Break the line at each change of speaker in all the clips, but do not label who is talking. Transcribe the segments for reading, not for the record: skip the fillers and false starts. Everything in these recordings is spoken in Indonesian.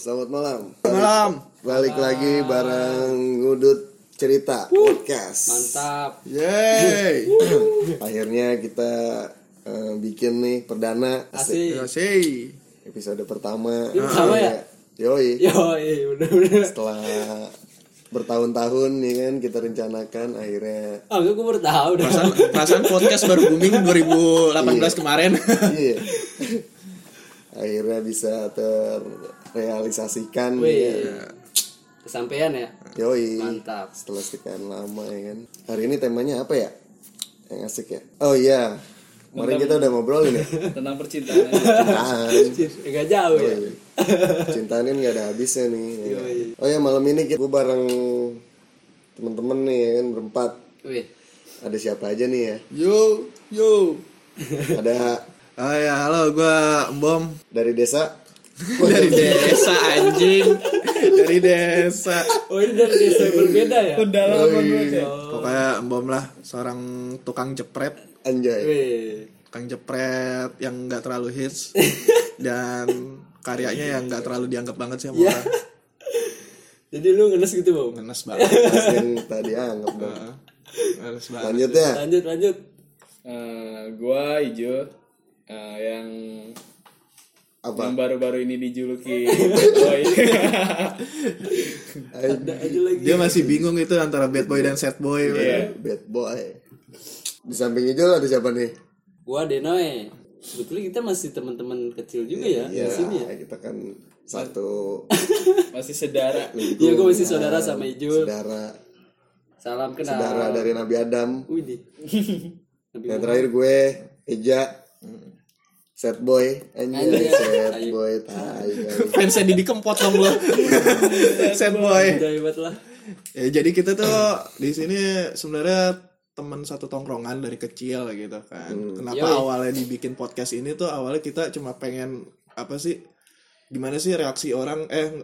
Selamat malam.
Malam.
Balik lagi bareng Ngudut Cerita Podcast.
Mantap.
Yeay.
Akhirnya kita bikin nih perdana
Asik.
Asik.
episode pertama.
Pertama ya?
Yoi.
Bener-bener.
Setelah bertahun-tahun ya kan kita rencanakan akhirnya.
Enggak, gue baru tahu dah.
Perasaan podcast baru booming 2018 kemarin.
Iya. Akhirnya bisa terrealisasikan.
Wih.
Ya.
Kesampaian ya?
Yoi.
Mantap.
Setelah sekian lama ya kan. Hari ini temanya apa ya? Yang asik ya. Oh iya. Kemarin kita udah ngobrolin ya
tentang percintaan.
Enggak jauh ya.
Cintaan ini gak ada habisnya nih. Oh ya, malam ini kita bareng temen-temen nih ya kan, berempat.
Wih.
Ada siapa aja nih ya?
Yo.
Ada
Oh ya, halo, gua Embom
dari desa.
dari desa anjing. Dari desa.
Oh, ini dari desa yang berbeda ya?
Pendalaman banget ya.
Pokoknya Embom lah, seorang tukang jepret.
Anjay.
Wih.
Tukang jepret yang enggak terlalu hits dan karyanya yang enggak terlalu dianggap banget sih sama
Ya.
orang.
Jadi lu ngenes gitu, Bang?
Ngenes banget.
Yang tadi anggap dong.
Ngenes banget.
Lanjut ya.
Lanjut.
Gua Ijo, yang
Apa?
baru-baru ini dijuluki boy.
Ada aja lagi.
Dia masih bingung itu antara bad boy dan sad boy.
Iya.
Bad boy. Di samping Ijol ada siapa nih?
Gua Denoy. Sebetulnya kita masih teman-teman kecil juga ya di sini ya.
Kita kan satu
Masih saudara.
Iya, gue masih saudara sama Ijul.
saudara
Salam kenal.
saudara dari Nabi Adam.
Widih.
Yang terakhir gue Eja. Sad boy, anjay, sad boy, tai kali.
Fansnya Didi Kempot dong lo. Sad boy.
Hebat lah.
Ya, jadi kita tuh di sini sebenarnya teman satu tongkrongan dari kecil gitu kan. Kenapa
Yoi.
awalnya dibikin podcast ini tuh awalnya kita cuma pengen apa sih? Gimana sih reaksi orang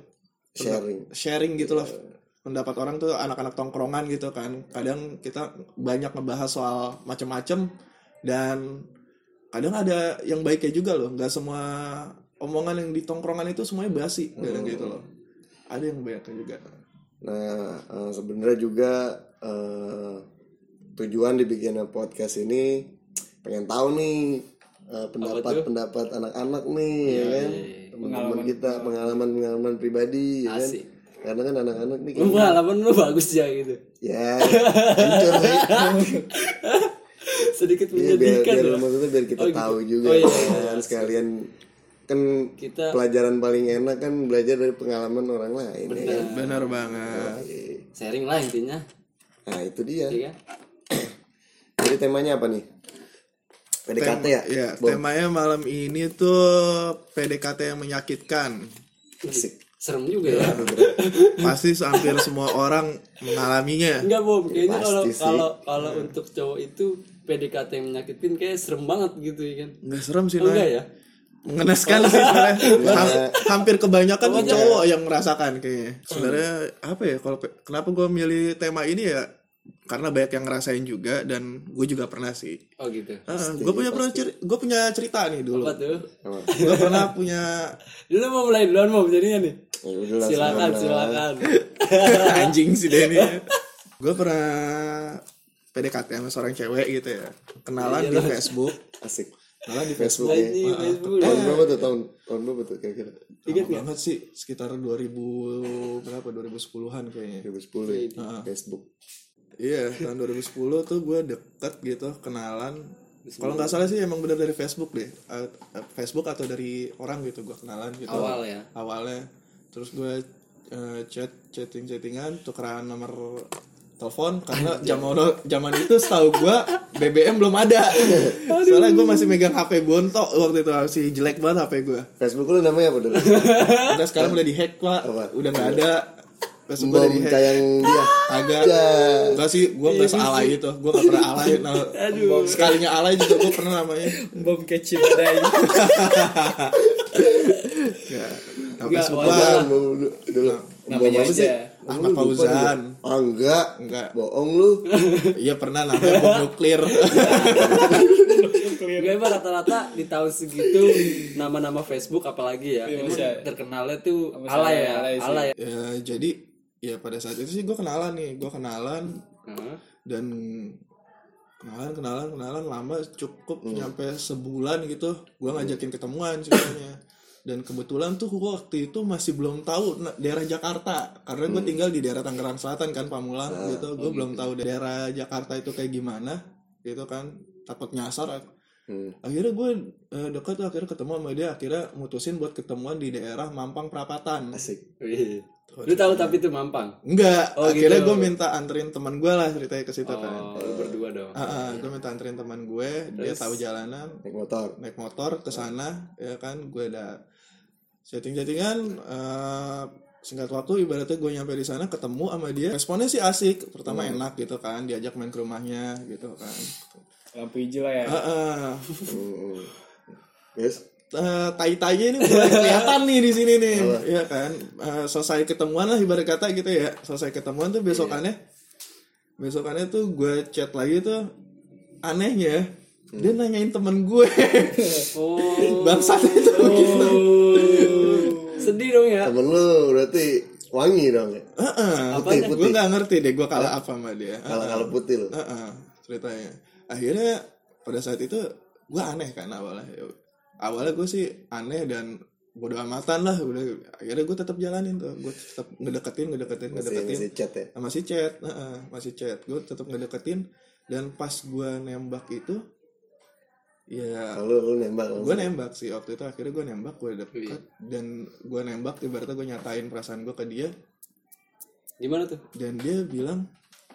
sharing gitu loh. Pendapat orang tuh anak-anak tongkrongan gitu kan. Kadang kita banyak ngebahas soal macem-macem dan kadang ada yang baiknya juga loh. Nggak semua omongan yang di tongkrongan itu semuanya basi kadang gitu loh. Ada yang baiknya juga.
Nah, sebenarnya juga tujuan dibikinnya podcast ini pengen tahu nih pendapat anak-anak nih, ya kan? Teman-teman kita, pengalaman pribadi, ya kan?
Asik.
Karena kan anak-anak nih
Pengalaman lu bagus ya gitu.
ya, hancur sih.
Sedikit
Iya,
menyedihkan
biar
ya.
maksudnya biar kita
Oh,
tahu
gitu.
juga
Oh, iya,
kan, sekalian kan
Kita-
pelajaran paling enak kan belajar dari pengalaman orang lain ya kan?
Benar banget.
Sharing lah intinya.
Nah itu dia.
Iya kan?
Jadi temanya apa nih? PDKT ya?
Ya,
Bom.
temanya malam ini tuh PDKT yang menyakitkan.
Asik.
Serem juga ya.
Pasti hampir semua orang mengalaminya.
Enggak, Bob. Kayaknya
Pasti sih.
kalau untuk cowok itu PDKT yang menyakitin kayak serem banget gitu ya kan.
Nggak serem sih,
Oh, enggak
Nay.
ya?
Mengenaskan sih sebenarnya. Hampir kebanyakan tuh cowok yang merasakan kayaknya. Sebenarnya apa ya? Kalau kenapa gue milih tema ini ya? Karena banyak yang ngerasain juga dan gue juga pernah sih.
Oh gitu.
Gue punya cerita nih dulu.
Apa tuh?
Gue pernah punya
Dulu mau mulai duluan mau jadinya nih.
Ya udah lah,
Silakan.
anjing sih Denny. Gue pernah PDKT sama seorang cewek gitu ya. Kenalan di Facebook.
Asik. Kenalan di Facebook
Nah,
ya.
ini Facebook.
Tahun berapa tuh? Tahun berapa tuh kira-kira?
Ingat
Lama banget sih, sekitar 2010-an kayaknya.
2010 ya. Facebook.
Iya, tahun 2010 tuh gue deket gitu, kenalan. Kalau nggak salah sih emang bener dari Facebook deh. Facebook atau dari orang gitu gue kenalan gitu. Awalnya. Terus gue chattingan, tukeran nomor telepon karena zaman itu setahu gue BBM belum ada. Soalnya gue masih megang HP bontok waktu itu, masih jelek banget HP gue.
Facebook lu namanya apa dulu?
Udah sekarang udah dihack Pak.
Apa?
Udah nggak ada. Facebook gue udah
Bom
dihack.
cayang dia.
Agak.
Ya.
Enggak sih, gue gak sealay itu. Gue gak pernah alay. Nah, sekalinya alay juga gue pernah namanya.
Bom kecil badai.
Ya. Nah,
Enggak,
Facebook
wajar.
gue
Dulu.
Namanya
Bom apa sih?
aja.
Ahmad Fauzan.
Ah, enggak.
Enggak.
Bohong lu.
Iya pernah namanya bom nuklir.
Gak emang rata-rata di tahun segitu nama-nama Facebook apalagi ya, emang terkenalnya tuh alay ya.
Ya jadi ya pada saat itu sih gue kenalan dan kenalan lama cukup nyampe sebulan gitu. Gue ngajakin ketemuan ceritanya. Dan kebetulan tuh gue waktu itu masih belum tahu daerah Jakarta karena gue tinggal di daerah Tangerang Selatan kan, Pamulang gitu. Gue belum tahu daerah Jakarta itu kayak gimana gitu kan, takut nyasar. Akhirnya gue dekat tuh, akhirnya ketemu sama dia, akhirnya mutusin buat ketemuan di daerah Mampang Perapatan.
Asik.
Lu tahu tapi itu Mampang?
Enggak, akhirnya
gitu.
gue minta anterin teman gue lah ceritanya ke situ kan.
Lu berdua dong.
Gue minta anterin teman gue, dia tahu jalanan, naik motor ke sana, ya kan. Gue ada settingan, singkat waktu ibaratnya gue nyampe di sana ketemu sama dia, responnya sih asik, pertama enak gitu kan, diajak main ke rumahnya gitu kan.
Lampu hijau lah ya.
Yes.
Tai-tainya ini mulai kelihatan nih di sini nih, ya kan. Selesai ketemuan lah ibarat kata gitu ya. Selesai ketemuan tuh besokannya tuh gue chat lagi tuh, anehnya dia nanyain temen gue. Bangsat itu gitu.
Sedih dong ya.
Temen lu berarti wangi dong ya. Putih.
Gue nggak ngerti deh gue kalah apa sama dia.
Kalau putih lu.
Ceritanya. Akhirnya pada saat itu gue aneh kan awalnya gue sih aneh dan bodo amatan lah udah. Akhirnya gue tetap jalanin tuh, gue tetap ngedeketin masih chat gue tetap ngedeketin. Dan pas gue nembak itu ya
lu nembak langsung.
Gue nembak sih waktu itu, akhirnya gue nembak, gue deket dan gue nembak ibaratnya gue nyatain perasaan gue ke dia.
Gimana tuh?
Dan dia bilang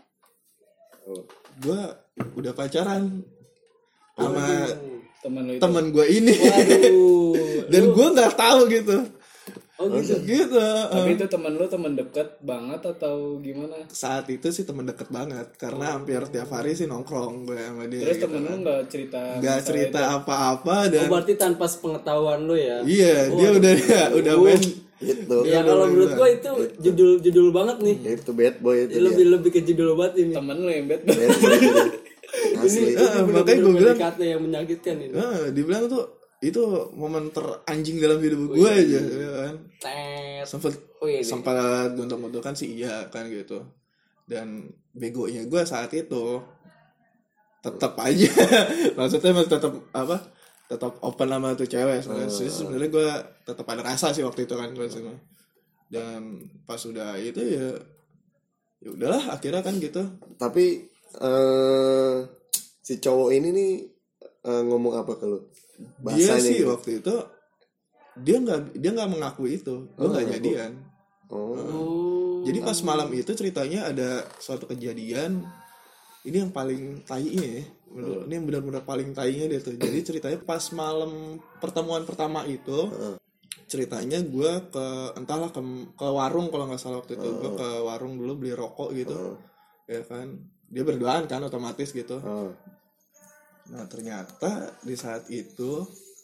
gue udah pacaran sama temen gue ini. Dan gue nggak tahu gitu. Gitu.
Tapi itu temen lu temen deket banget atau gimana?
Saat itu sih temen deket banget karena hampir tiap hari sih nongkrong gue sama dia.
Terus
gitu
temen lu nggak cerita
apa-apa dan.
Berarti tanpa sepengetahuan lu ya?
Iya, dia udah main.
Gitu.
Ya kalau menurut gue itu judul banget nih.
Itu bad boy itu.
Lebih ke judul banget ini.
Temen lu yang bad boy.
Asli.
Makanya gue bilang
kata yang menyakitkan ini.
Dibilang tuh itu momen teranjing dalam hidup gue aja, ya kan. Sempat gontok-gontokan sih iya kan gitu. Dan begonya gue saat itu tetap aja maksudnya masih tetap open sama tuh cewek. Sebenarnya gue tetap ada rasa sih waktu itu kan gue sih. Dan pas udah itu ya udahlah akhirnya kan gitu.
Tapi si cowok ini nih ngomong apa ke lu?
Bahasanya dia sih gitu. Waktu itu dia nggak mengakui itu, gue nggak jadian. Jadi pas malam itu ceritanya ada suatu kejadian, ini yang paling tainya ya, ini yang benar-benar paling tainya dia tuh. Jadi ceritanya pas malam pertemuan pertama itu, ceritanya gue entahlah ke warung kalau nggak salah waktu itu, gue ke warung dulu beli rokok gitu, ya kan. Dia berduaan kan otomatis gitu. Nah ternyata di saat itu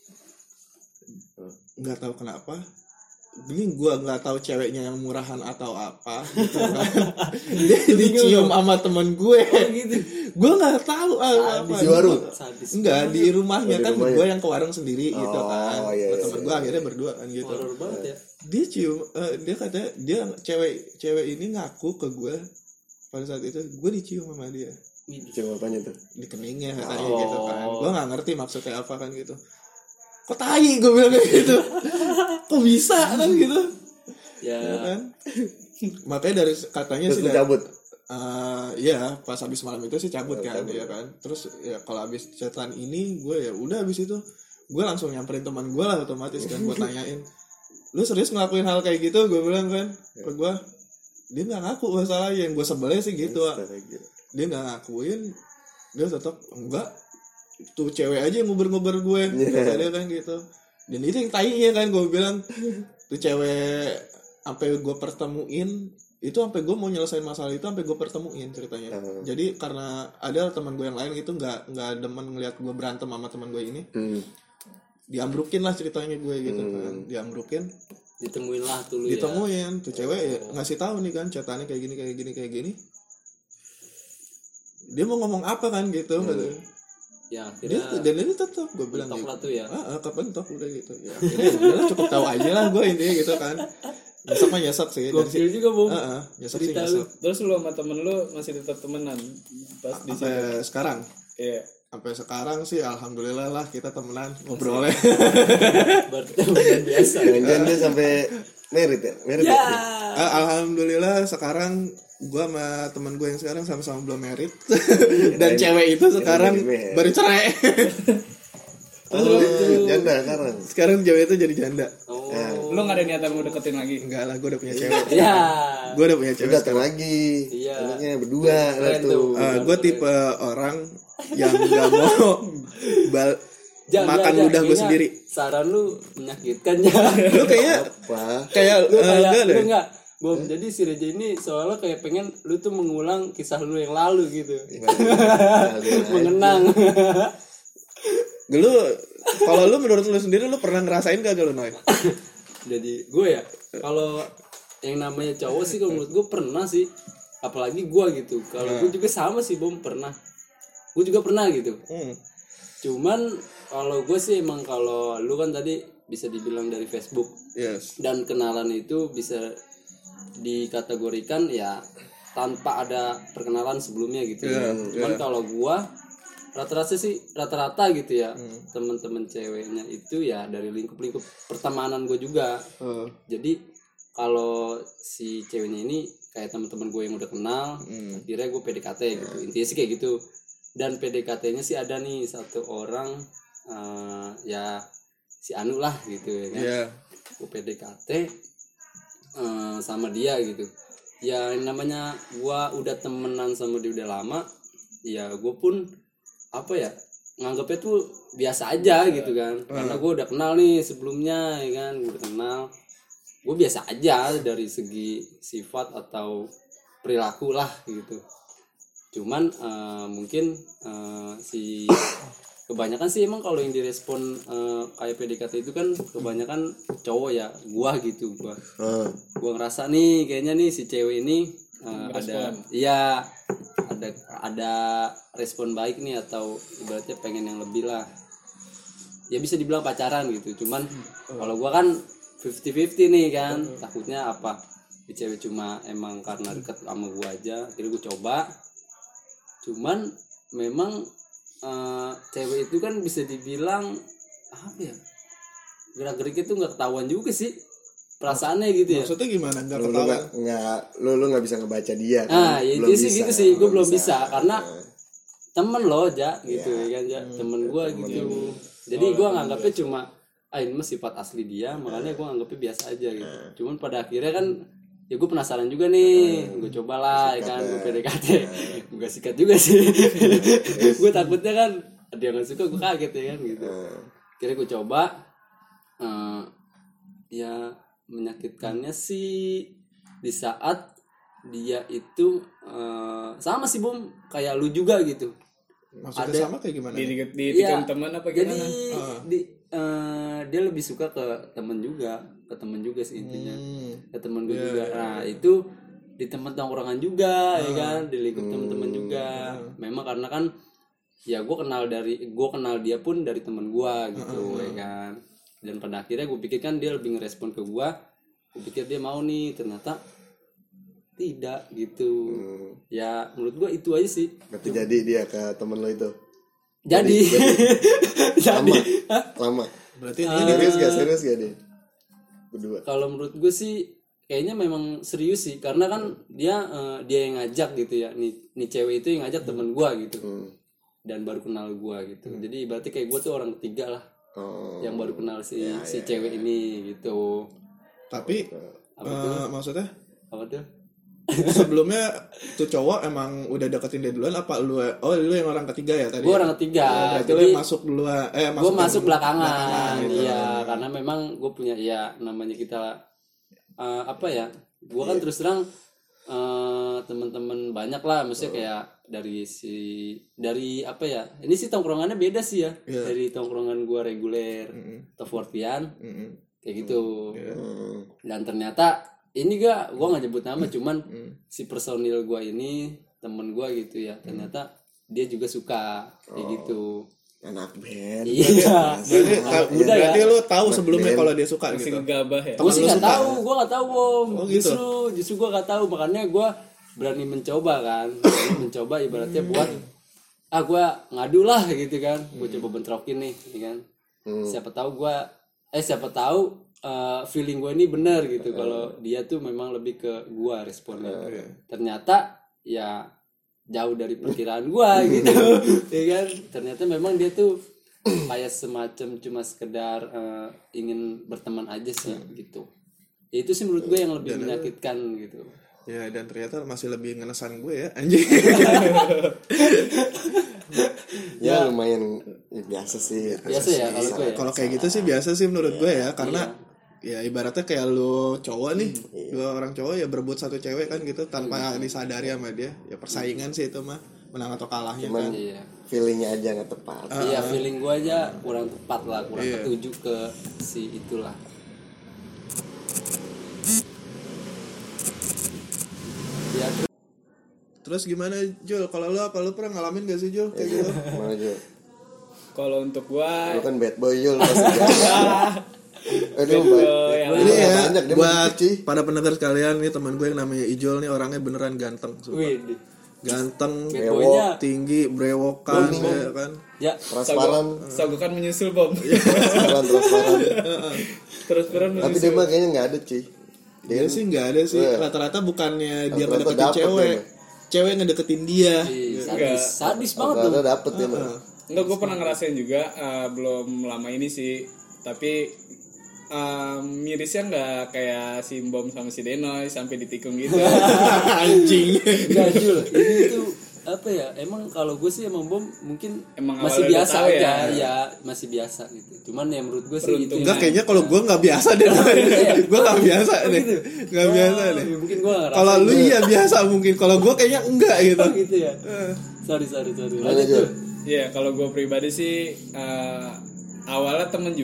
nggak tahu kenapa, ini gue nggak tahu ceweknya yang murahan atau apa gitu kan. Dia dicium sama temen gue.
Gitu.
Gue nggak tahu apa
di warung
enggak di rumahnya kan. Gue yang ke warung sendiri gitu kan.
Iya,
temen gue akhirnya berdua kan gitu.
Horor banget ya.
Dia cium, dia katanya dia cewek ini ngaku ke gue pada saat itu gue dicium sama dia.
Cium apanya tuh?
Di keningnya katanya gitu kan. Gue nggak ngerti maksudnya apa kan gitu. Kok tai gue bilang kayak gitu. Kok bisa kan gitu. Ya kan. Makanya dari katanya
terus
sih
cabut.
Ya pas habis malam itu sih cabut kan ya kan. Terus ya kalau habis chatan ini gue ya udah habis itu gue langsung nyamperin teman gue lah otomatis kan, gue tanyain, lu serius ngelakuin hal kayak gitu? Gue bilang kan ke gue, dia nggak ngaku masalahnya. Yang gue sebelnya sih gitu. Dia nggak ngakuin, dia tetap enggak, tuh cewek aja yang nguber-nguber gue, kata dia kan gitu. Dan itu yang tainya kan, gue bilang tuh cewek sampai gue pertemuin itu, sampai gue mau nyelesain masalah itu sampai gue pertemuin ceritanya. Jadi karena ada teman gue yang lain itu nggak demen ngeliat gue berantem sama teman gue ini, diambrukin lah ceritanya gue gitu kan, diambrukin.
Ditemuin lah tuh lu.
Ditemuin tuh cewek ya, ngasih tahu nih kan catatannya kayak gini. Dia mau ngomong apa kan gitu.
Ya akhirnya
dan ini tetap gue bilang
mentok
gitu.
lah tuh ya.
Kepentok udah gitu ya akhirnya udahlah cukup tahu aja lah gue intinya gitu kan. Nyesek mah nyesek sih.
Gokil juga Bung.
Nyesek sih nyesek.
Terus lu sama temen lu masih tetap temenan pas di situ?
Sampai sekarang.
Iya.
Sampai sekarang sih alhamdulillah lah kita temenan ngobrolnya.
Berarti temenan biasa.
Jangan dia sampai merit ya.
Alhamdulillah sekarang gue sama teman gue yang sekarang sama-sama belum merit. Dan cewek itu sekarang baru cerai.
Janda sekarang.
Sekarang cewek itu jadi janda.
Lu gak ada niatan mau deketin lagi?
Enggak lah, gue udah punya cewek.
Ya.
Gue udah punya cewek.
Udah datang lagi.
Iya.
Anaknya berdua lah tuh.
Gue tipe orang yang gak mau makan ludah gue sendiri.
Saran lu menyakitkan ya.
Lu kayaknya
Apa?
kayak
lu enggak. Bom, jadi si Reja ini soalnya kayak pengen lu tuh mengulang kisah lu yang lalu gitu. Mengenang.
Dulu kalau lu menurut lu sendiri lu pernah ngerasain gak lu Noy?
Jadi gue ya kalau yang namanya cowok sih kalau menurut gue pernah sih, apalagi gue gitu. Kalau gue juga sama sih Bom, pernah. Gue juga pernah gitu. Cuman kalau gue sih emang kalau lu kan tadi bisa dibilang dari Facebook.
Yes.
Dan kenalan itu bisa dikategorikan ya tanpa ada perkenalan sebelumnya gitu. Cuman kalau gue rata-rata gitu ya teman-teman ceweknya itu ya dari lingkup pertemanan gue juga. Jadi kalau si ceweknya ini kayak teman-teman gue yang udah kenal, akhirnya gue PDKT gitu. Intinya sih kayak gitu. Dan PDKT-nya sih ada nih satu orang ya si Anu lah gitu ya kan. Gue PDKT sama dia gitu. Ya namanya gue udah temenan sama dia udah lama, ya gue pun apa ya nganggapnya tuh biasa aja gitu kan. Karena gue udah kenal nih sebelumnya ya kan, gue udah kenal. Gue biasa aja dari segi sifat atau perilaku lah gitu. Cuman mungkin si kebanyakan sih emang kalau yang direspon kayak PDKT itu kan kebanyakan cowok ya, gua gitu. Gua ngerasa nih kayaknya nih si cewek ini ada respon baik nih, atau ibaratnya pengen yang lebih lah. Ya bisa dibilang pacaran gitu. Cuman kalau gua kan 50-50 nih kan. Takutnya apa? Si cewek cuma emang karena deket sama gua aja, akhirnya gua coba. Cuman memang cewek itu kan bisa dibilang apa ya, gerak-geriknya tuh nggak ketahuan juga sih perasaannya gitu ya.
Maksudnya gimana? Nggak ketahuan?
Lu nggak bisa ngebaca dia
Ya
kan?
itu sih gitu sih, gue belum bisa karena temen lo aja gitu ya kan, temen gue gitu. Jadi gue nganggapnya cuma ini mah sifat asli dia, makanya gue nganggapnya biasa aja gitu. Cuman pada akhirnya kan ya gue penasaran juga nih, gue cobalah ya kan, gue PDKT, gue sikat juga sih. Gue takutnya kan dia nggak suka, gue kaget ya kan gitu. Akhirnya gue coba, ya menyakitkannya sih di saat dia itu sama sih Bom, kayak lu juga gitu.
Maksudnya sama kayak gimana?
Ditikam teman apa gimana?
Jadi dia lebih suka ke temen juga sih intinya, ke temen gue juga. Nah itu di teman tongkrongan juga ya kan, di lingkup teman-teman juga. Memang karena kan ya gue kenal dia pun dari temen gue gitu ya kan. Dan pada akhirnya gue pikir kan dia lebih ngerespon ke gue pikir dia mau nih, ternyata tidak gitu. Ya menurut gue itu aja sih.
Berarti jadi dia ke temen lo itu.
Jadi.
Lama.
Berarti
serius gak dia? Berdua.
Kalau menurut gue sih kayaknya memang serius sih, karena kan dia yang ngajak gitu ya. Nih cewek itu yang ngajak temen gue gitu. Dan baru kenal gue gitu. Jadi berarti kayak gue tuh orang ketiga lah. Yang baru kenal si cewek ini gitu.
Tapi maksudnya
apa tuh?
Sebelumnya tuh cowok emang udah deketin dia duluan apa lu? Oh lu yang orang ketiga ya tadi?
Gue orang ketiga.
Berarti lu yang masuk duluan.
Gue masuk belakangan. Iya, karena memang gue punya ya namanya kita apa ya? Gue kan terus terang teman-teman banyak lah, maksudnya kayak dari apa ya? Ini sih tongkrongannya beda sih ya. Dari tongkrongan gue reguler, atau Fortian, kayak gitu. Dan ternyata ini gue nggak nyebut nama, cuman si personil gue ini temen gue gitu ya, ternyata dia juga suka kayak gitu.
anak band.
Iya.
Berarti lu tahu sebelumnya kalau dia suka
masih
gitu.
gegabah ya.
Gue sih nggak tahu, gue nggak tahu Om.
Oh, gitu?
Justru gue nggak tahu, makanya gue berani mencoba kan. Mencoba ibaratnya buat gue ngadu lah gitu kan. Gue coba bentrokin nih, ya kan. Siapa tahu feeling gue ini benar gitu. Kalau dia tuh memang lebih ke gue responnya. Ternyata ya jauh dari perkiraan gua gitu. Ya kan, ternyata memang dia tuh kayak semacam cuma sekedar ingin berteman aja sih gitu. Ya, itu sih menurut gue yang lebih menyakitkan gitu.
Ya, dan ternyata masih lebih ngenesan gue ya anjing.
Ya lumayan biasa sih.
Biasa ya kalau gue ya.
Kalau kayak gitu sih biasa sih menurut gue ya, karena ya ibaratnya kayak lu cowok nih, dua orang cowok ya berebut satu cewek kan gitu tanpa disadari sama dia. Ya persaingan sih itu mah, menang atau kalahnya.
Cuman
kan.
feelingnya aja nggak tepat.
Iya, feeling gue aja kurang tepat lah, kurang ketuju ke si itulah. Ya,
Terus gimana Jul? Kalau lu pernah ngalamin gak sih Jul kayak gitu?
Mana Jul?
Kalau untuk gua
Lu kan bad boy Jul pasti biasa.
Ini ya
banyak, dia
buat
mencuci.
pada pendengar sekalian nih, teman gue yang namanya Ijol nih orangnya beneran ganteng. Sumpah.
wih,
Ganteng,
bad boy-nya
tinggi, brewokan ya kan.
ya
Transparan.
sagukan menyusul bom.
Transparan.
Terus
Tapi dia mah kayaknya nggak ada cuy.
Dia sih nggak ada sih. Rata-rata bukannya dia
Rata-rata
ngedeketin
dapet
cewek,
dia.
cewek ngedeketin dia.
sadis banget tuh.
Rata-rata dapet dia mah.
Enggak, gue pernah ngerasain juga, belum lama ini sih, tapi mirisnya nggak kayak si Bom sama si Denoy sampai ditikung gitu.
Anjing.
Enggak Jul, ini tuh apa ya, emang kalau gue sih emang Bom mungkin
Emang
masih
awalnya
biasa
udah tahu
aja
ya.
ya masih biasa gitu. Cuman ya menurut gue sih itu
Enggak, kayaknya kalau gue nggak biasa deh. Gue nggak biasa deh. Nggak biasa deh.
mungkin gue nggak
Kalau lu iya biasa mungkin. Kalau gue kayaknya enggak gitu.
gitu ya. Sorry.
Mana
Lanjut
Jul?
tuh.
Iya, kalau gue pribadi sih awalnya temen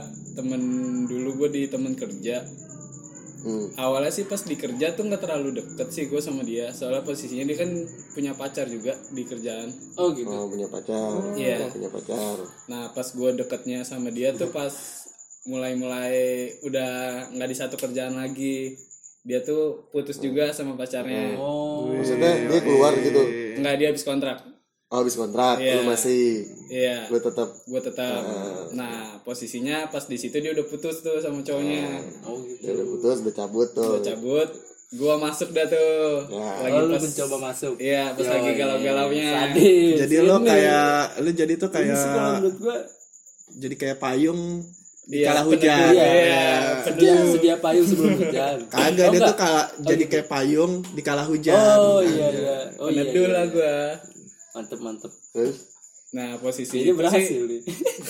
dulu gue di temen kerja. Awalnya sih pas di kerja tuh nggak terlalu deket sih gue sama dia, soalnya posisinya dia kan punya pacar juga di kerjaan.
Oh gitu.
Oh punya pacar.
Iya.
Punya pacar.
Nah pas gue deketnya sama dia tuh pas mulai udah nggak di satu kerjaan lagi, dia tuh putus juga sama pacarnya.
Oh.
Maksudnya dia keluar gitu.
Nggak, dia habis kontrak.
Oh habis kontrak,
Iya.
lu masih.
Iya.
Lu tetap.
Gue tetap. Nah posisinya pas di situ dia udah putus tuh sama cowoknya.
Oh gitu.
Ya udah putus, udah cabut tuh.
Gue cabut, gue masuk dah tuh.
Ya.
Lagi
Lu
pas
mencoba masuk.
Iya, pas lagi galau-galaunya.
Sadis.
Jadi lo jadi tuh
Ini sih kalau
kayak
menurut gue
jadi kayak payung di
Iya,
kala hujan.
Iya, sedia payung sebelum hujan.
Kagak, dia
enggak?
tuh jadi kayak payung di kala hujan.
Oh iya. Oh iya.
Peneduh lah gue.
Mantep.
Terus
Nah posisi
Ini
itu
berhasil
sih
nih.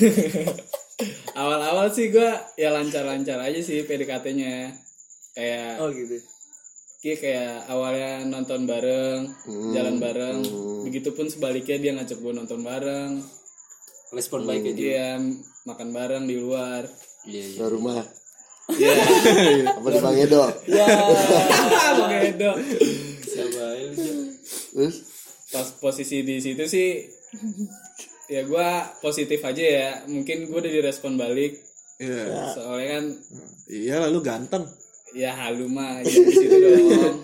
awal-awal sih gue ya lancar-lancar aja sih PDKT-nya. Kayak
Oh gitu.
kayak awalnya nonton bareng, jalan bareng. Begitupun sebaliknya dia ngajak gue nonton bareng.
Respon baik aja.
Dia makan bareng di luar.
Iya.
ke rumah.
Iya.
Apa di Bang Edo?
Ya.
Oke, Dok.
Siapa aja.
Terus
Pas posisi di situ sih ya gue positif aja ya, mungkin gue udah direspon balik.
Iya.
Soalnya kan
Iya, lalu ganteng.
ya halu mah ya di situ dong.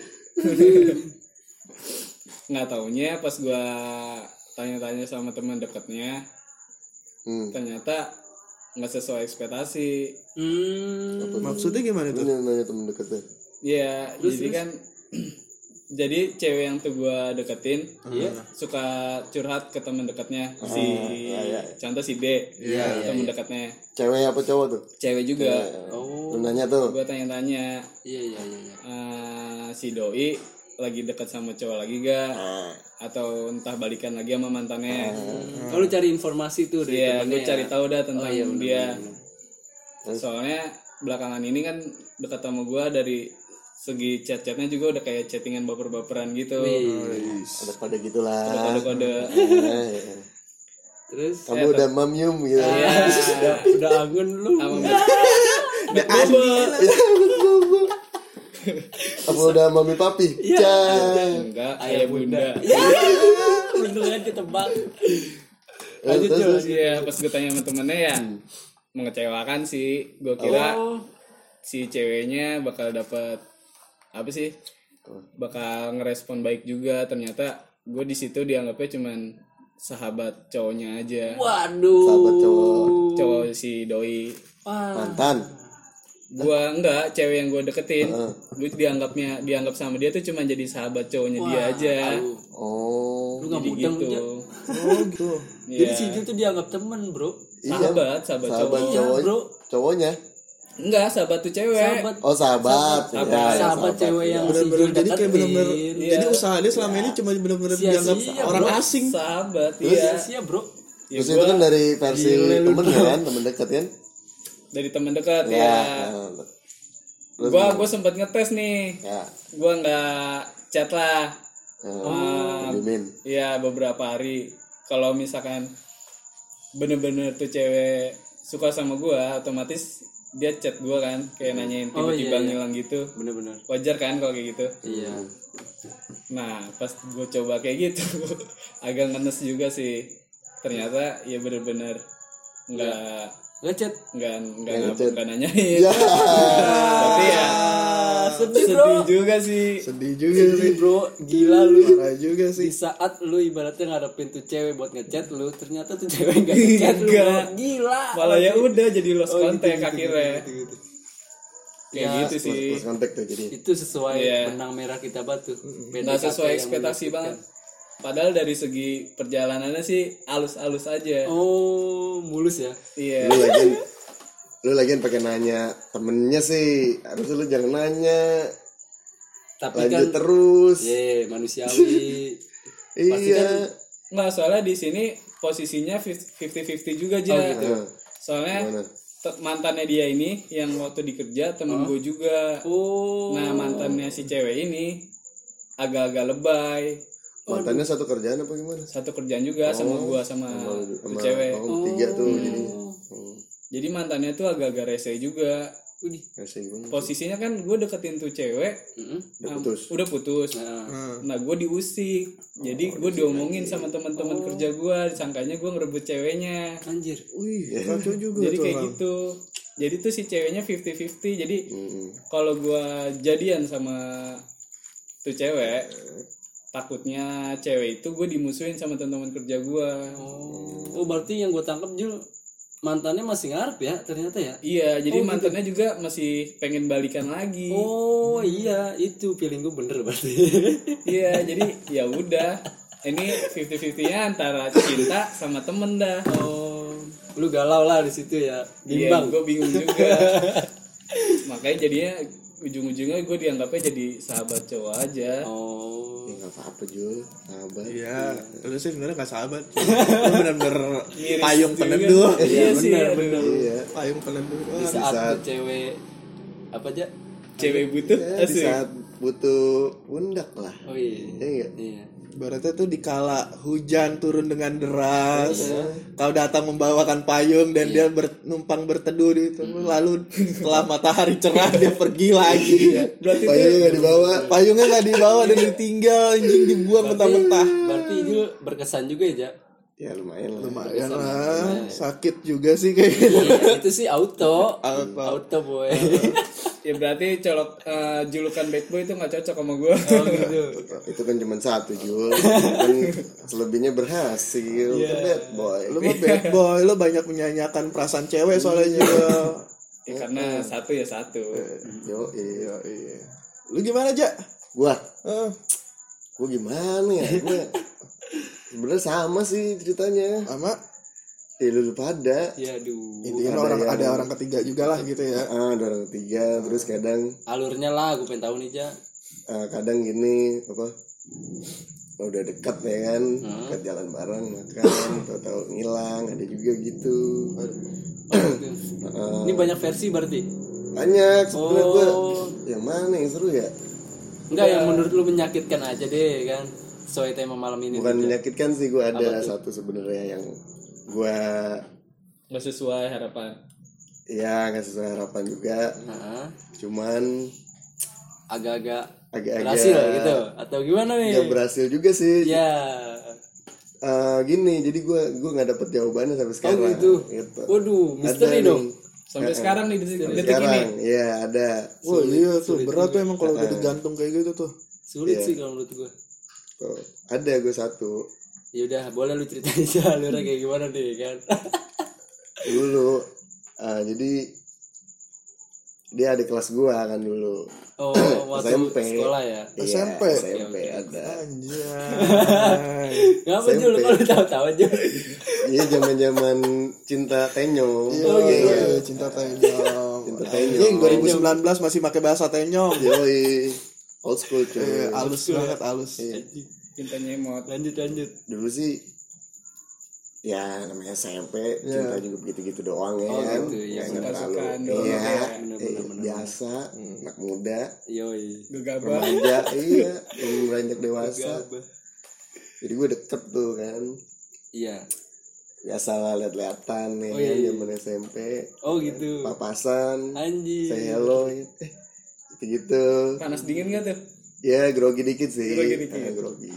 Nggak taunya pas gue tanya-tanya sama teman dekatnya, ternyata nggak sesuai ekspektasi.
Maksudnya gimana
lu
tuh?
nanya temen deketnya.
Ya jadi kan jadi cewek yang tuh gue deketin suka curhat ke teman dekatnya contoh si B, teman dekatnya.
Cewek apa cowok tuh?
Cewek juga.
Lu nanya tuh.
Gue tanya-tanya,
Iya.
si doi lagi dekat sama cowok lagi gak? Atau entah balikan lagi sama mantannya?
Oh, lu cari informasi tuh dari
Iya,
temennya.
gue cari tahu dah tentang dia.
bener.
Soalnya belakangan ini kan dekat sama gue dari segi chat-chatnya juga udah kayak chattingan baper-baperan gitu.
Ada pada gitulah.
Ada kode-kode.
Terus
Kamu udah mamyum gitu.
udah anggun lu.
Apa udah mami papi?
Enggak, ayah bunda.
Beneran ketebak. Lanjut Jul.
Iya, pas gue tanya sama temennya ya mengecewakan sih. Gue kira si ceweknya bakal dapat apa sih? Bakal ngerespon baik juga. Ternyata gue di situ dianggapnya cuman sahabat cowoknya aja.
Waduh.
Sahabat
Cowok si doi.
mantan.
Gua enggak, cewek yang gue deketin. Gue dianggap sama dia tuh cuma jadi sahabat cowoknya dia aja.
Oh.
Lu nggak
Jadi
mudeng
gitu.
aja.
Oh gitu.
Jadi si Jul tuh dianggap temen bro.
Sahabat
Sahabat
cowok.
cowok,
bro.
cowoknya.
Enggak, sahabat tuh cewek.
Sahabat.
Oh sahabat.
Sahabat cewek yang si
Bener-bener
Jul
jadi kayak
deketin.
bener-bener.
Iya.
Jadi usaha dia selama ini cuma bener-bener
Sia-sia,
dianggap orang
bro.
asing.
Sahabat,
Iya
iya.
bro.
Ya,
Terus itu kan dari versi temen kan, temen deket kan?
dari teman dekat
Ya.
ya.
Terus
Gua sempat ngetes nih.
ya.
Gua nggak chat lah.
Mimin.
Iya, beberapa hari. Kalau misalkan bener-bener tuh cewek suka sama gua, otomatis dia chat gua kan, kayak nanyain tiba-tiba ngilang gitu.
Bener-bener.
Wajar kan kalau kayak gitu.
Iya.
Nah, pas gue coba kayak gitu, agak ngenes juga sih. Ternyata ya bener-bener
Ngechat.
nggak nanyain.
Ya.
Tapi ya
Sedih bro.
juga sih.
Sedih juga sih.
Sedih bro. Gila lu.
Parah juga
Di
sih.
saat lu ibaratnya ngadepin tuh cewek buat ngechat lu, ternyata tuh cewek gak ngechat lu. Bro.
Enggak.
Gila.
Malah ya udah jadi lost
Oh,
contact
gitu,
akhirnya.
gitu.
Kayak
Ya,
gitu sih.
Plus kontak tuh jadi.
Itu sesuai
Iya.
benang merah kita batu.
Nggak sesuai ekspektasi banget. Padahal dari segi perjalanannya sih alus-alus aja.
Oh, mulus ya.
Iya.
Lu lagian pakai nanya temennya sih, harusnya lu jangan nanya.
Tapi
Lanjut
kan
terus.
manusiawi. Pasti
Iya.
kan
Nggak, soalnya di sini posisinya 50-50 juga aja.
gitu.
Soalnya
Gimana?
mantannya dia ini yang waktu dikerja temen gue juga.
oh,
Nah, mantannya si cewek ini agak-agak lebay.
Mantannya satu kerjaan apa gimana?
Satu kerjaan juga sama gue sama tuh cewek.
Tiga tuh jadinya.
Jadi mantannya tuh agak-agak rese juga.
Widih.
Rasanya gimana?
Posisinya kan gue deketin tuh cewek.
Udah putus.
Udah putus. Nah, gue diusik. Jadi gue diomongin sama teman-teman kerja gue, disangkanya gue ngerebut ceweknya.
Anjir.
Wih, kacau juga
Jadi
tuh
kayak
orang.
gitu. Jadi tuh si ceweknya 50-50. Jadi kalau gue jadian sama tuh cewek, takutnya cewek itu gue dimusuhin sama teman-teman kerja gue.
Oh, berarti yang gue tangkap Jul mantannya masih ngarep ya ternyata ya.
Iya, jadi mantannya juga masih pengen balikan lagi.
Oh iya, itu feeling gue bener berarti.
Iya, jadi ya udah. Ini 50-50-nya antara cinta sama temen dah.
Oh, lu galau lah di situ ya.
Iya,
Bimbang.
gue bingung juga. Makanya jadinya ujung-ujungnya gue dianggapnya jadi sahabat cowok aja.
Oh,
Ya nggak apa-apa Jul, sahabat.
Iya, lu sih sebenarnya gak sahabat. Lu bener-bener
Miris
payung
juga.
peneduh.
Iya sih,
bener.
Iya.
Payung peneduh.
di
Wah,
saat
saat-
tuh cewek apa aja?
cewek butuh
Ya, di
asik.
saat butuh pundak lah.
Oh iya.
Ya enggak?
Iya.
Ibaratnya tuh dikala hujan turun dengan deras, kau datang membawakan payung dan dia numpang berteduh di itu. Lalu setelah matahari cerah dia pergi lagi.
Berarti
Payungnya nggak dibawa.
Payungnya nggak dibawa dan ditinggal, anjing dibuang mentah-mentah.
Berarti Jul berkesan juga ya, Jak?
Ya lumayan lah.
Lumayan lah, sakit juga sih kayaknya.
Iya, itu sih auto.
Auto.
Auto boy.
ya berarti julukan bad boy itu nggak cocok sama gue.
Oh gitu.
Itu kan cuma satu Jul. Kan selebihnya berhasil. Kan bad boy.
Lu mah bad boy, lu banyak menyanyikan perasaan cewek soalnya juga.
Ya, karena satu ya satu.
Yo, iya.
Iya. Lu gimana, Jak?
Gua
Eh,
gimana ya? Gua sebenarnya sama sih ceritanya.
sama
Lu pada.
Ya aduh.
intinya ada orang ketiga juga lah gitu ya.
Ada orang ketiga. Terus kadang
Alurnya lah, gue pengen tahu nih, Jak.
kadang gini apa? Udah dekat ya kan, dekat jalan bareng makan, tahu-tahu ngilang, ada juga gitu.
Ini banyak versi berarti.
Banyak sebenarnya gua.
Oh.
Yang mana yang seru ya?
Enggak, yang menurut lu menyakitkan aja deh kan. Sesuai tema malam ini.
Bukan
nih, Jak.
menyakitkan sih, gua ada satu sebenarnya yang gua
Nggak sesuai harapan.
ya nggak sesuai harapan juga.
Nah,
Cuman
agak-agak
agak-agak
berhasil gitu atau gimana nih?
nggak berhasil juga sih.
Ya.
gini, jadi gue nggak dapet jawabannya sampai sekarang.
gitu. Waduh, misteri dong.
Sampai sekarang nih detik ini.
Sekarang, iya ada.
Wah iya tuh berat tuh emang kalau udah digantung kayak gitu tuh.
Sulit sih kalau menurut gue.
Tuh, ada gue satu.
Ya udah, boleh lu ceritain jalurnya kayak gimana nih kan?
Dulu, jadi dia adik kelas gue kan dulu.
Oh, waktu
SMP.
sekolah ya.
Iya,
SMP.
SMP ada.
Anjay.
Ngapa Jul? Kalau tahu-tahu aja.
Iya zaman cinta tenyong.
Iya, cinta tenyong.
Cinta tenyong.
Anjing 2019 masih pakai bahasa tenyong.
Yoi. Old school cuy.
Halus banget, halus.
Cinta nyemot.
Lanjut.
Dulu sih ya namanya SMP, cinta juga begitu-gitu doang ya kan.
Gitu, ya,
nggak terlalu.
suka-sukaan doang.
Iya,
Bener.
biasa, anak muda,
Yoi.
Gegabah.
remaja, iya, yang beranjak dewasa. Jadi gue deket tuh kan.
Iya.
Biasa lah lihat-lihatan ya
iya.
zaman SMP.
Oh gitu.
Papasan,
Anjing.
say hello gitu.
Panas dingin gak tuh?
Ya grogi dikit sih.
Grogi dikit.
Grogi.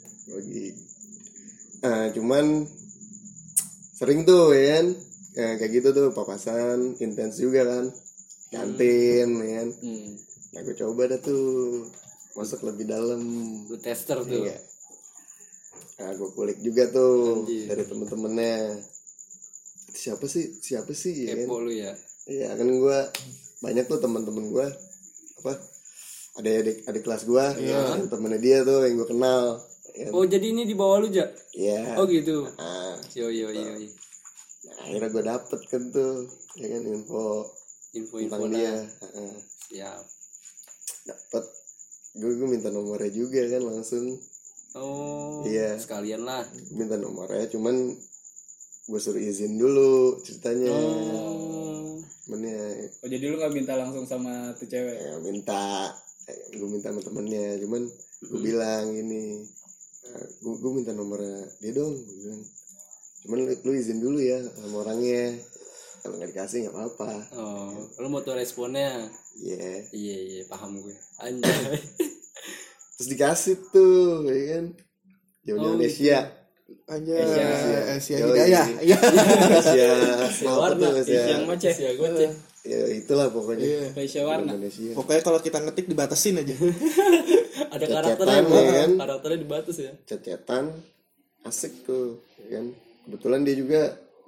Cuman sering tuh ya kan. Kayak gitu tuh papasan, intens juga kan. Kantin ya kan. Nah gue coba dah tuh masuk lebih dalam.
Lu tester tuh.
Iya. Nah gue kulik juga tuh
Anjir.
dari temen-temennya. Siapa sih ya kan?
Kepo lu ya.
Iya kan gue banyak tuh teman-teman gue apa ada adik kelas gue kan temennya dia tuh yang gue kenal ya.
Oh jadi ini di bawah lu Ja?
Iya.
Oh gitu.
Yoi. Nah, akhirnya gue dapet kan tuh ya kan info tentang dia.
Siap.
Dapet gue minta nomornya juga kan langsung.
Oh
iya
sekalian lah.
Minta nomornya cuman gue suruh izin dulu ceritanya. Temennya.
Oh jadi lu gak minta langsung sama tuh cewek?
Ya, gue minta sama temennya cuman gue bilang gini gue minta nomornya dia dong, gue bilang cuman lu izin dulu ya sama orangnya, kalau nggak dikasih nggak apa-apa.
Oh lu mau tuh responnya? Iya paham gue. Anjay.
Terus dikasih tuh ya kan jauh-jauh Asia.
Asia Hidayah. Iya.
Asia
warna
yang macet ya gue
ya itulah pokoknya.
Asia warna.
Pokoknya kalau kita ngetik dibatasin aja.
Ada karakternya
ya kan?
Karakternya dibatas ya.
Cecetan asik tuh ya kan. Kebetulan dia juga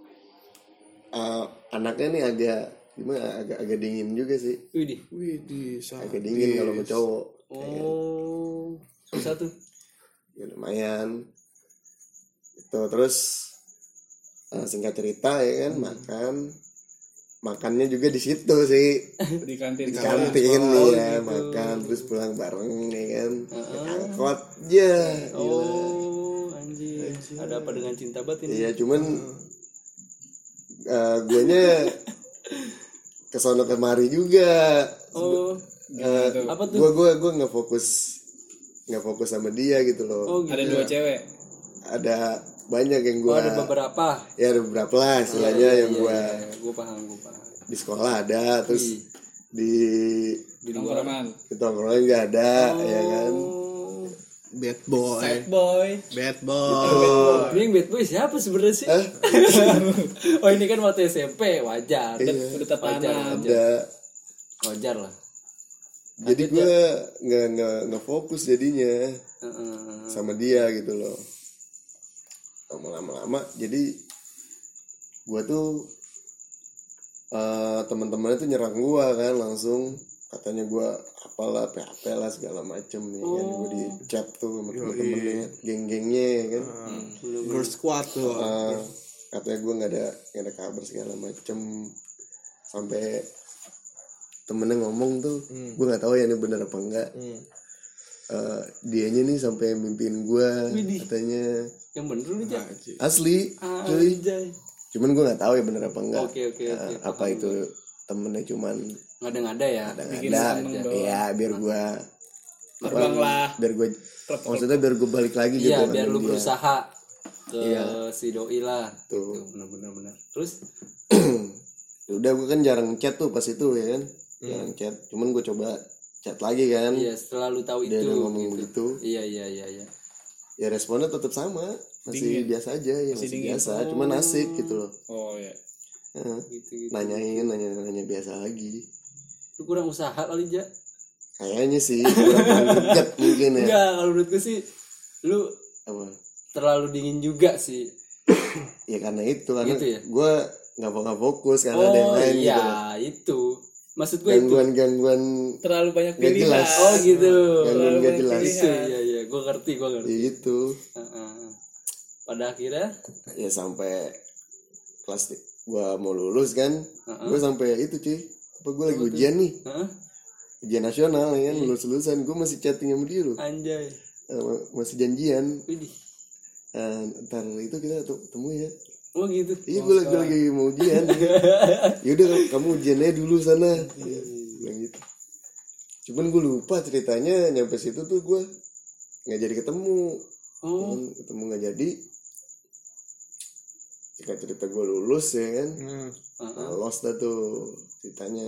anaknya nih agak dingin juga sih.
Widih,
agak dingin kalau sama cowok.
Oh satu
Ya lumayan itu. Terus singkat cerita ya kan makannya juga di situ sih.
Di kantin
Kantin nih ya gitu. Makan terus pulang bareng ya kan. Angkot ya.
Oh anjir. Ada apa dengan cinta bat ini?
Iya cuman guanya kesono kemari juga.
Oh apa tuh?
Gue nggak fokus sama dia gitu loh.
Oh, gitu.
Ada dua cewek.
Ada banyak yang gue.
Ada beberapa.
Ya ada beberapa lah istilahnya yang gue.
Gue paham.
Di sekolah ada, terus di
tongkrongan.
Di tongkrongan nggak ada, ya kan.
Bad boy.
Ini yang bad boy siapa sebenarnya sih? Oh ini kan waktu SMP wajar. Udah tatanan. Wajar lah.
Jadi gue nggak fokus jadinya sama dia gitu loh. Lama-lama jadi gue tuh teman-temannya tuh nyerang gue kan langsung, katanya gue apalah PHP lah segala macem ya kan. Gue di chat tuh sama temen-temennya geng-gengnya ya kan.
Girls squad tuh.
Katanya gue nggak ada kabar segala macem, sampai temennya ngomong tuh, gue nggak tahu ya ini benar apa enggak. Dianya nih sampai mimpiin gue katanya.
Yang bener lu aja.
Asli. Cuman gue nggak tahu ya benar apa enggak.
Oke.
Apa itu temennya cuman
ngada-ngada ya.
Ya biar gue
terbang lah.
Biar gue maksudnya biar gue balik lagi gitu.
Iya biar lu berusaha ke si doi lah. Tuh benar. Terus
udah gue kan jarang chat tuh pas itu ya kan. Jarang chat, cuman gue coba chat lagi kan.
Iya setelah lu tahu
dia
itu
ngomong gitu.
Iya.
Ya responnya tetap sama. masih biasa aja ya, masih biasa, cuman asik gitu loh.
Oh ya.
Gitu.
Nanya biasa lagi.
Lu kurang usaha kali, Ja.
Kayaknya sih kurang dekat mungkin ya.
Enggak, kalau menurut gue sih lu
Apa?
terlalu dingin juga sih.
Ya karena itu, karena
Gitu ya?
gue nggak fokus karena ada yang lain
iya,
gitu.
Itu. Maksud gue itu.
Gangguan
Terlalu banyak
nggak
pilihan.
jelas.
Oh gitu.
Gangguan nggak jelas.
Itu iya, gue ngerti.
Ya gitu.
Pada akhirnya
Ya sampai kelas gue mau lulus kan, gue sampai itu cuy. Apa gue lagi ujian nih? Ujian nasional ya kan, lulusan gue masih chatting sama dia loh.
anjay.
Masih janjian.
Widih.
Ntar itu kita ketemu ya.
Oh gitu.
Iya gue lagi mau ujian. Yaudah kamu ujiannya dulu sana. Bilang gitu. Cuman gue lupa ceritanya, nyampe situ tuh gue nggak jadi ketemu. Ketemu nggak jadi. Cerita gue lulus ya kan. Lost dah tuh ceritanya.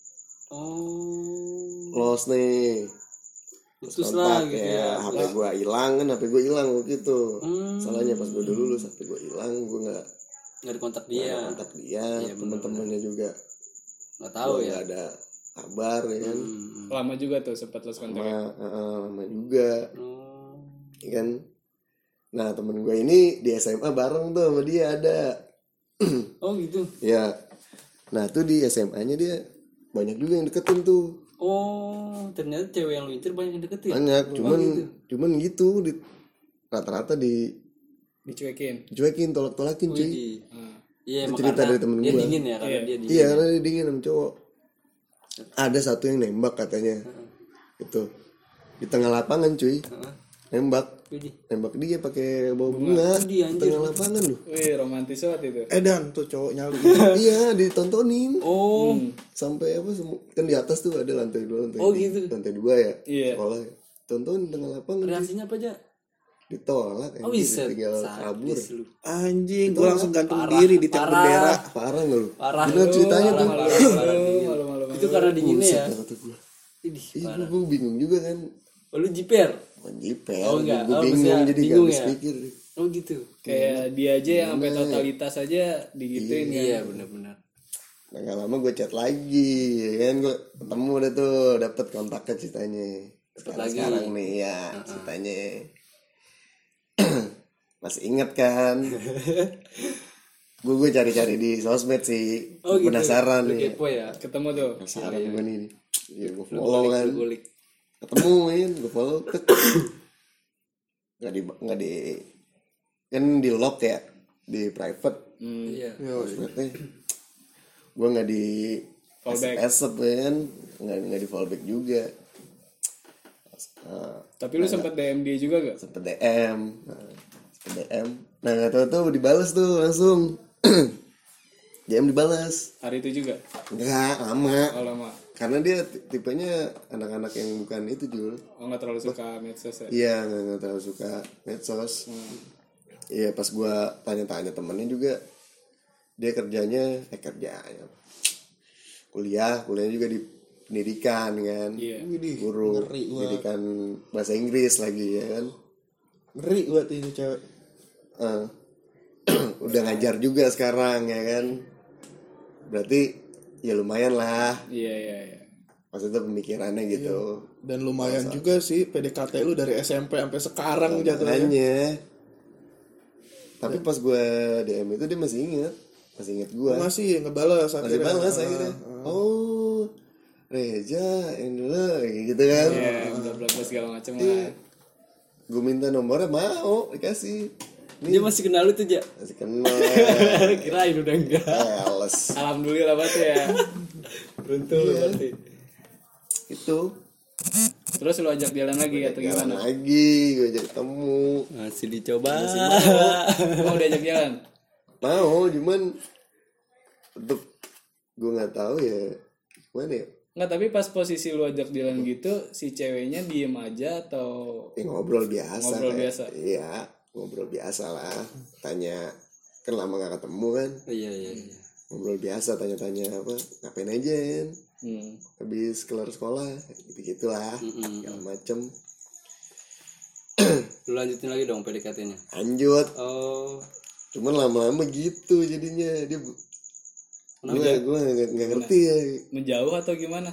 Lost nih.
Putus lah gitu ya.
HP gue hilang kan, HP gue hilang waktu itu. Salahnya pas gue udah lulus HP gue hilang, gue nggak
dikontak dia.
kontak dia, teman-temannya juga
Nggak tahu ya.
nggak ada kabar ya kan.
Lama juga tuh sempat lost kontak.
Lama juga, ya kan. Nah temen gue ini di SMA bareng tuh sama dia ada.
Oh gitu.
Ya, nah tuh di SMA-nya dia banyak juga yang deketin tuh.
Oh, ternyata cewek yang lu incer banyak yang deketin.
Banyak, cuman gitu di rata-rata dicuekin, tolak-tolakin cuy.
Iya, emang
Cerita
karena
dari temen
dia
gua.
dingin ya, karena dia dingin.
Iya, karena dia dingin sama cowok. Ada satu yang nembak katanya. Itu di tengah lapangan cuy. Nembak dia pakai bawa bunga di tengah lapangan loh.
Wih, romantis banget itu.
Edan tuh cowoknya lu.
Iya, ditontonin.
Oh,
Sampai apa kan di atas tuh ada lantai 2, lantai
Oh,
3,
gitu.
lantai 2 ya.
Iya.
Sekolah. Tontonin di tengah lapangan.
reaksinya apa aja?
Ditolak,
Oh bisa.
tinggal kabur.
Anjing, gue langsung gantung diri di tiang bendera.
Parah nggak lu?
Parah.
Gimana ceritanya tuh?
Malu-malu.
Itu karena dinginnya ya.
Kata gue.
Idih,
Iya, gue bingung juga kan.
Oh, lu jiper.
Menjipel,
Oh, enggak.
gue
Oh,
bingung
maksudnya
jadi
bingung
gak habis
ya?
pikir.
Oh gitu.
Kayak dia aja yang sampai totalitas aja digituin kan.
Iya, benar-benar.
Nah, gak lama gue chat lagi, ya kan gue ketemu udah tuh, dapet kontaknya ceritanya. Sekarang nih ya ceritanya. Masih inget kan? gue cari-cari di sosmed sih,
Oh gitu.
penasaran
Lu
nih.
kepo ya.
Ketemu tuh.
Penasaran gue nih. Ya gue
Lu
follow kan.
gulik.
Ketemu kan, gue follow. Nggak di kan di lock ya, di private.
Iya.
Sosmednya. Gue nggak di
Fallback.
accept kan, nggak di fallback juga.
Tapi lu sempat DM dia juga gak?
Sempet DM. Nah nggak tahu tuh dibalas tuh langsung. DM dibalas.
Hari itu juga?
Enggak lama.
Oh, lama.
Karena dia tipenya anak-anak yang bukan itu Jul.
Oh, gak terlalu suka medsos ya?
Iya nggak terlalu suka medsos. Iya pas gue tanya-tanya temennya juga, dia kerjanya kuliah juga di pendidikan kan.
Iya.
Guru pendidikan bahasa Inggris lagi ya kan.
Ngeri buat ini cewek.
Udah ngajar juga sekarang ya kan. Berarti ya lumayan lah.
Iya.
Maksudnya pemikirannya gitu.
Dan lumayan juga sih PDKT lu dari SMP sampai sekarang jatuhnya.
Makanya. Tapi pas gue DM itu dia masih inget gue.
Masih ngebalas
Masih balas akhirnya. Oh, Reza yang dulu gitu kan.
Iya, bla segala macam lah.
Gue minta nomornya mau dikasih.
Dia masih kenal lu tuh, Ja.
Masih kenal.
Kirain udah enggak.
Males.
Alhamdulillah banget ya.
Beruntung lu berarti.
Itu.
Terus lu ajak jalan lagi atau
Jalan
gimana?
lagi, gue ajak ketemu.
Masih dicoba.
Mau diajak jalan?
Mau, cuman tetep gue nggak tahu ya mana ya.
Enggak, tapi pas posisi lu ajak jalan gitu, si ceweknya diem aja atau
Ngobrol biasa.
Ngobrol
kayak.
biasa.
Iya, ngobrol biasa lah. Tanya, kan lama gak ketemu kan.
Iya.
Ngobrol biasa, tanya-tanya apa, ngapain aja kan. Habis kelar sekolah, gitu-gitulah, segala macem.
Lu lanjutin lagi dong PDKT-nya.
Lanjut.
Oh.
Cuman lama-lama gitu jadinya dia. Gue nggak ngerti ya.
Menjauh atau gimana?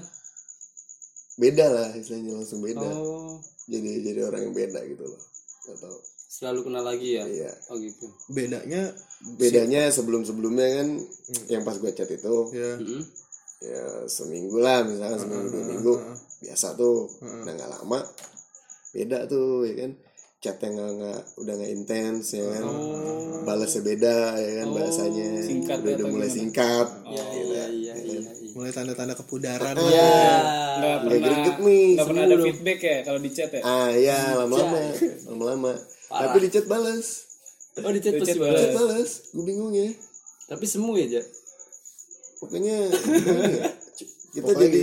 Beda lah istilahnya, langsung beda.
Oh.
Jadi orang yang beda gitu loh. Gak tau.
Selalu kenal lagi ya?
Iya.
Oh gitu.
Bedanya sebelumnya kan yang pas gue chat itu
Ya.
ya seminggu lah misalnya, seminggu 2 minggu biasa tuh. Nah nggak lama beda tuh ya kan, chatnya udah nggak intens ya kan, balasnya beda ya kan, bahasanya
Singkat
udah mulai singkat.
Iya.
Mulai tanda-tanda kepudaran.
Iya.
Nggak
Nggak greget nih,
nggak pernah ada feedback ya kalau di chat ya?
ya lama-lama tapi di chat balas.
Oh di chat pasti
Chat
balas.
balas, gue bingung ya.
Tapi semu ya, Jak?
Pokoknya gimana ya? Kita jadi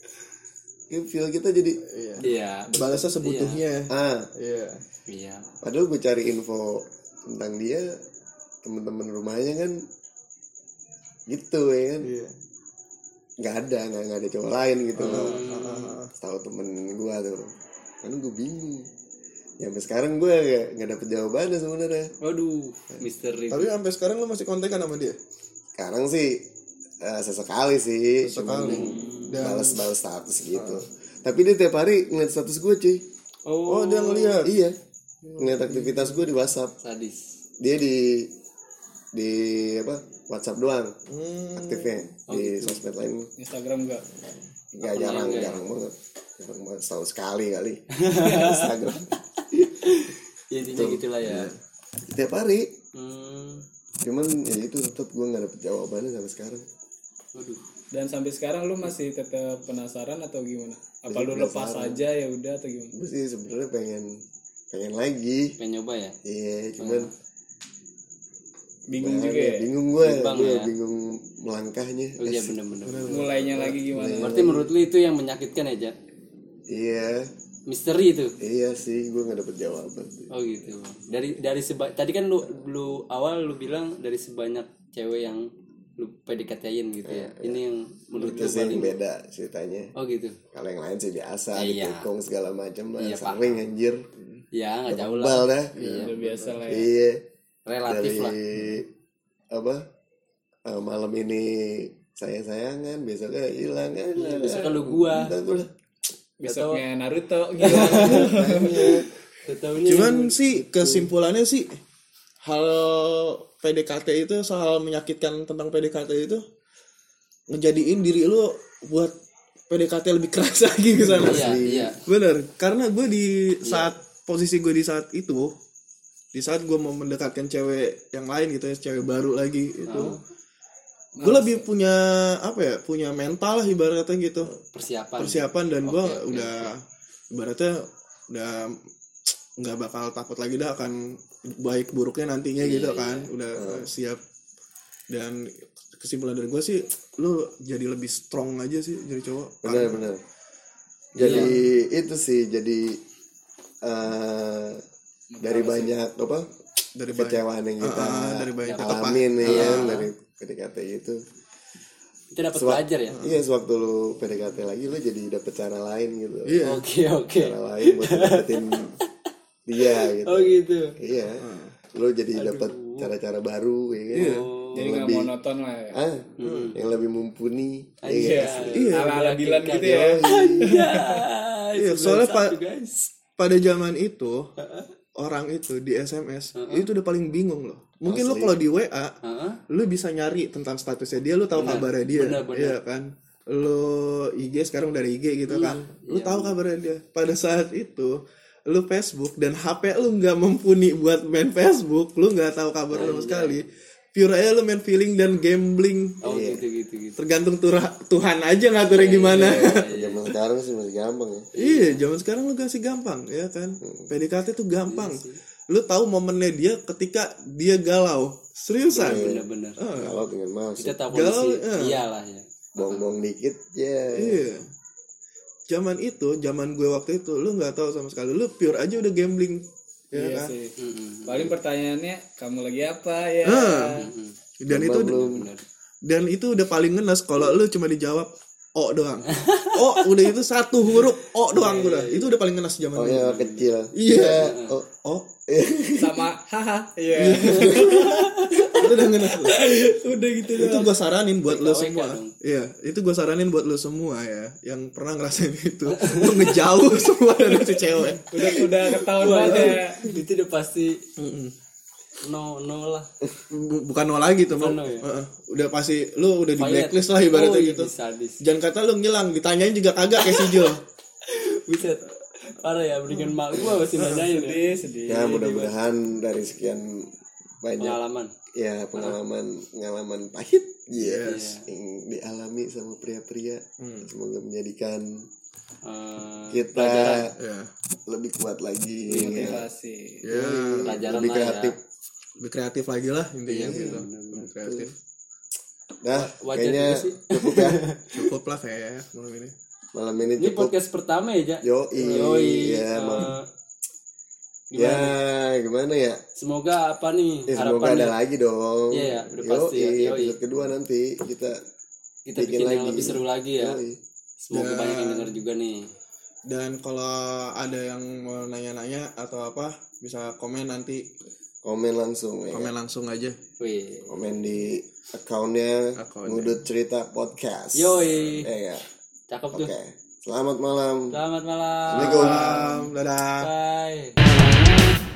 feel kita jadi
Iya.
Balasnya sebutuhnya.
Iya.
padahal gue cari info tentang dia, teman-teman rumahnya kan gitu ya kan, nggak ada cowok lain gitu loh. Tahu temen gue tuh kan, gue bingung ya, sampai sekarang gue nggak dapet jawabannya sebenarnya.
Waduh, misteri.
Tapi sampai sekarang lu masih kontekan sama dia?
Sekarang sih sesekali sih,
Sesekali.
balas status gitu. Tapi dia tiap hari ngeliat status gue cuy.
Oh, dia ngeliat.
Iya, ngeliat aktivitas gue di WhatsApp.
Sadis.
Dia di apa, WhatsApp doang aktifnya. Di sosmed lain
Instagram enggak?
nggak, jarang banget, setahun sekali kali. Instagram
Ya, intinya gitulah ya.
tiap hari.
Cuman
Cuman ya itu tetap gue nggak dapet jawabannya sampai sekarang.
waduh.
Dan sampai sekarang lu masih tetap penasaran atau gimana? Apa
Masih
lu lepas
penasaran.
aja ya udah atau gimana?
Gue sih sebenarnya pengen lagi.
Pengen nyoba ya?
Iya, cuman
Bingung juga ya?
bingung gue
Bimbang ya?
bingung melangkahnya.
Oh iya bener-bener.
Mulainya lagi gimana?
Berarti menurut lu itu yang menyakitkan ya, Jak?
Iya,
Misteri itu.
iya sih, gue nggak dapet jawaban.
Oh gitu. Dari tadi kan lu awal lu bilang dari sebanyak cewek yang lu PDKT-in gitu ya. Ini yang menurut
Itu
lu
sih yang
paling.
beda ceritanya.
Oh gitu.
Kalau yang lain sih biasa,
Iya.
ditikung segala macam lah,
Iya,
sering anjir.
Ya nggak jauh
Bal
lah.
dah.
Udah biasa lah ya.
Iya.
Relatif
Dari
lah.
apa? Malam ini sayang-sayangan, besoknya hilang kan.
Besoknya lu gua.
Besoknya Naruto gitu.
Tahu-taunya
Cuman sih kesimpulannya sih, hal PDKT itu, soal menyakitkan tentang PDKT itu ngejadiin diri lu buat PDKT lebih keras lagi ke sana.
Iya.
Bener, karena gue di saat posisi gue di saat itu, di saat gue mau mendekatkan cewek yang lain gitu ya, cewek baru lagi itu, gue lebih punya apa ya, punya mental lah ibaratnya gitu, persiapan dan gue udah ibaratnya udah nggak bakal takut lagi dah akan baik buruknya nantinya gitu kan, udah siap. Dan kesimpulan dari gue sih, lu jadi lebih strong aja sih jadi cowok.
Benar. Jadi itu sih, jadi dari banyak apa,
Dari
kecewaan yang kita
dari banyak
alamin ya kan, dari PDKT itu.
Kita dapat belajar ya.
Iya, sewaktu lu PDKT lagi lu jadi dapet cara lain gitu.
Iya.
Oke.
Cara lain buat dapetin dia gitu.
Oh gitu.
Iya. Lu jadi dapet cara-cara baru ya kan.
Jadi nggak monoton lah ya.
Yang lebih mumpuni.
Iya. Ala-ala Dilan gitu ya.
Iya, soalnya pada zaman itu orang itu di SMS itu udah paling bingung loh. Mungkin lo kalau di WA lo bisa nyari tentang statusnya dia, lo tahu kabarnya dia, iya kan. Lo IG sekarang dari IG gitu kan, lo tahu kabarnya dia. Pada saat itu lo Facebook dan HP lo nggak mumpuni buat main Facebook, lo nggak tahu kabar sama sekali. Pure aja lo main feeling dan gambling.
Oh gitu.
Tergantung Tuhan aja ngaturnya gimana.
Zaman sekarang sih masih gampang ya.
Iya, zaman sekarang lu kasih gampang, ya kan? PDKT tuh gampang. Lu tahu momennya dia ketika dia galau. Seriusan.
Bener-bener.
Kalau tinggal masuk,
Kita tahu kondisi iyalah ya.
bong-bong dikit ya.
Iya. Zaman gue waktu itu lu nggak tahu sama sekali. Lu pure aja udah gambling. Ya
Iya
kan?
sih. Paling pertanyaannya kamu lagi apa ya?
Dan itu udah paling ngenes kalau lu cuma dijawab O doang. O udah itu satu huruf O doang udah. Itu udah paling ngenes zaman
Oh
dulu.
ya kecil.
Iya.
Oh.
O
Sama haha. Iya.
itu udah ngenes.
Udah gitu
Itu
doang.
gue saranin buat lo
WKWK
semua.
dong.
Iya, itu gue saranin buat lo semua ya, yang pernah ngerasain itu. Lo ngejauh semua dari si cewek.
Udah ketahuan
Wah,
banget ya.
itu udah pasti no lah.
Bukan nol lagi tuh,
Bukan
Bang.
nol ya?
Udah pasti lo udah di
Quiet.
blacklist lah ibaratnya gitu.
Sadis.
Jangan kata lo ngilang, ditanyain juga kagak kayak si Jo.
Buset. Parah ya, mendingan mak gua masih nanyain ya.
Sedih.
Ya mudah-mudahan dari sekian banyak
Pengalaman.
ya pengalaman pahit yang dialami sama pria-pria, semoga menjadikan kita
Ya.
lebih kuat lagi ya.
Motivasi.
Ya,
Pelajaran
Lebih
lah
kreatif.
ya.
lebih kreatif lagi lah intinya gitu.
bener-bener.
Lebih kreatif.
Nah
Wajar
kayaknya
juga sih.
cukup ya
Cukup lah kayaknya malam ini.
malam ini
Ini
cukup.
podcast pertama ya, Jak?
Yoi, ya, gimana ya?
Semoga apa nih
Ya, semoga
harapannya?
ada lagi dong.
Iya, ya, udah pasti ya. Yoi.
Episode kedua nanti kita
Kita bikin yang lebih seru lagi ya.
Yoi.
Semoga banyak yang denger juga nih.
Dan kalau ada yang mau nanya-nanya atau apa, bisa komen nanti.
Komen langsung ya.
Komen langsung aja.
Wih.
Komen di akunnya
Akunnya.
Ngudut Cerita Podcast.
Yoi.
Ya.
Cakep
Oke.
tuh.
Selamat malam.
Selamat malam.
Assalamualaikum.
Dadah.
Bye.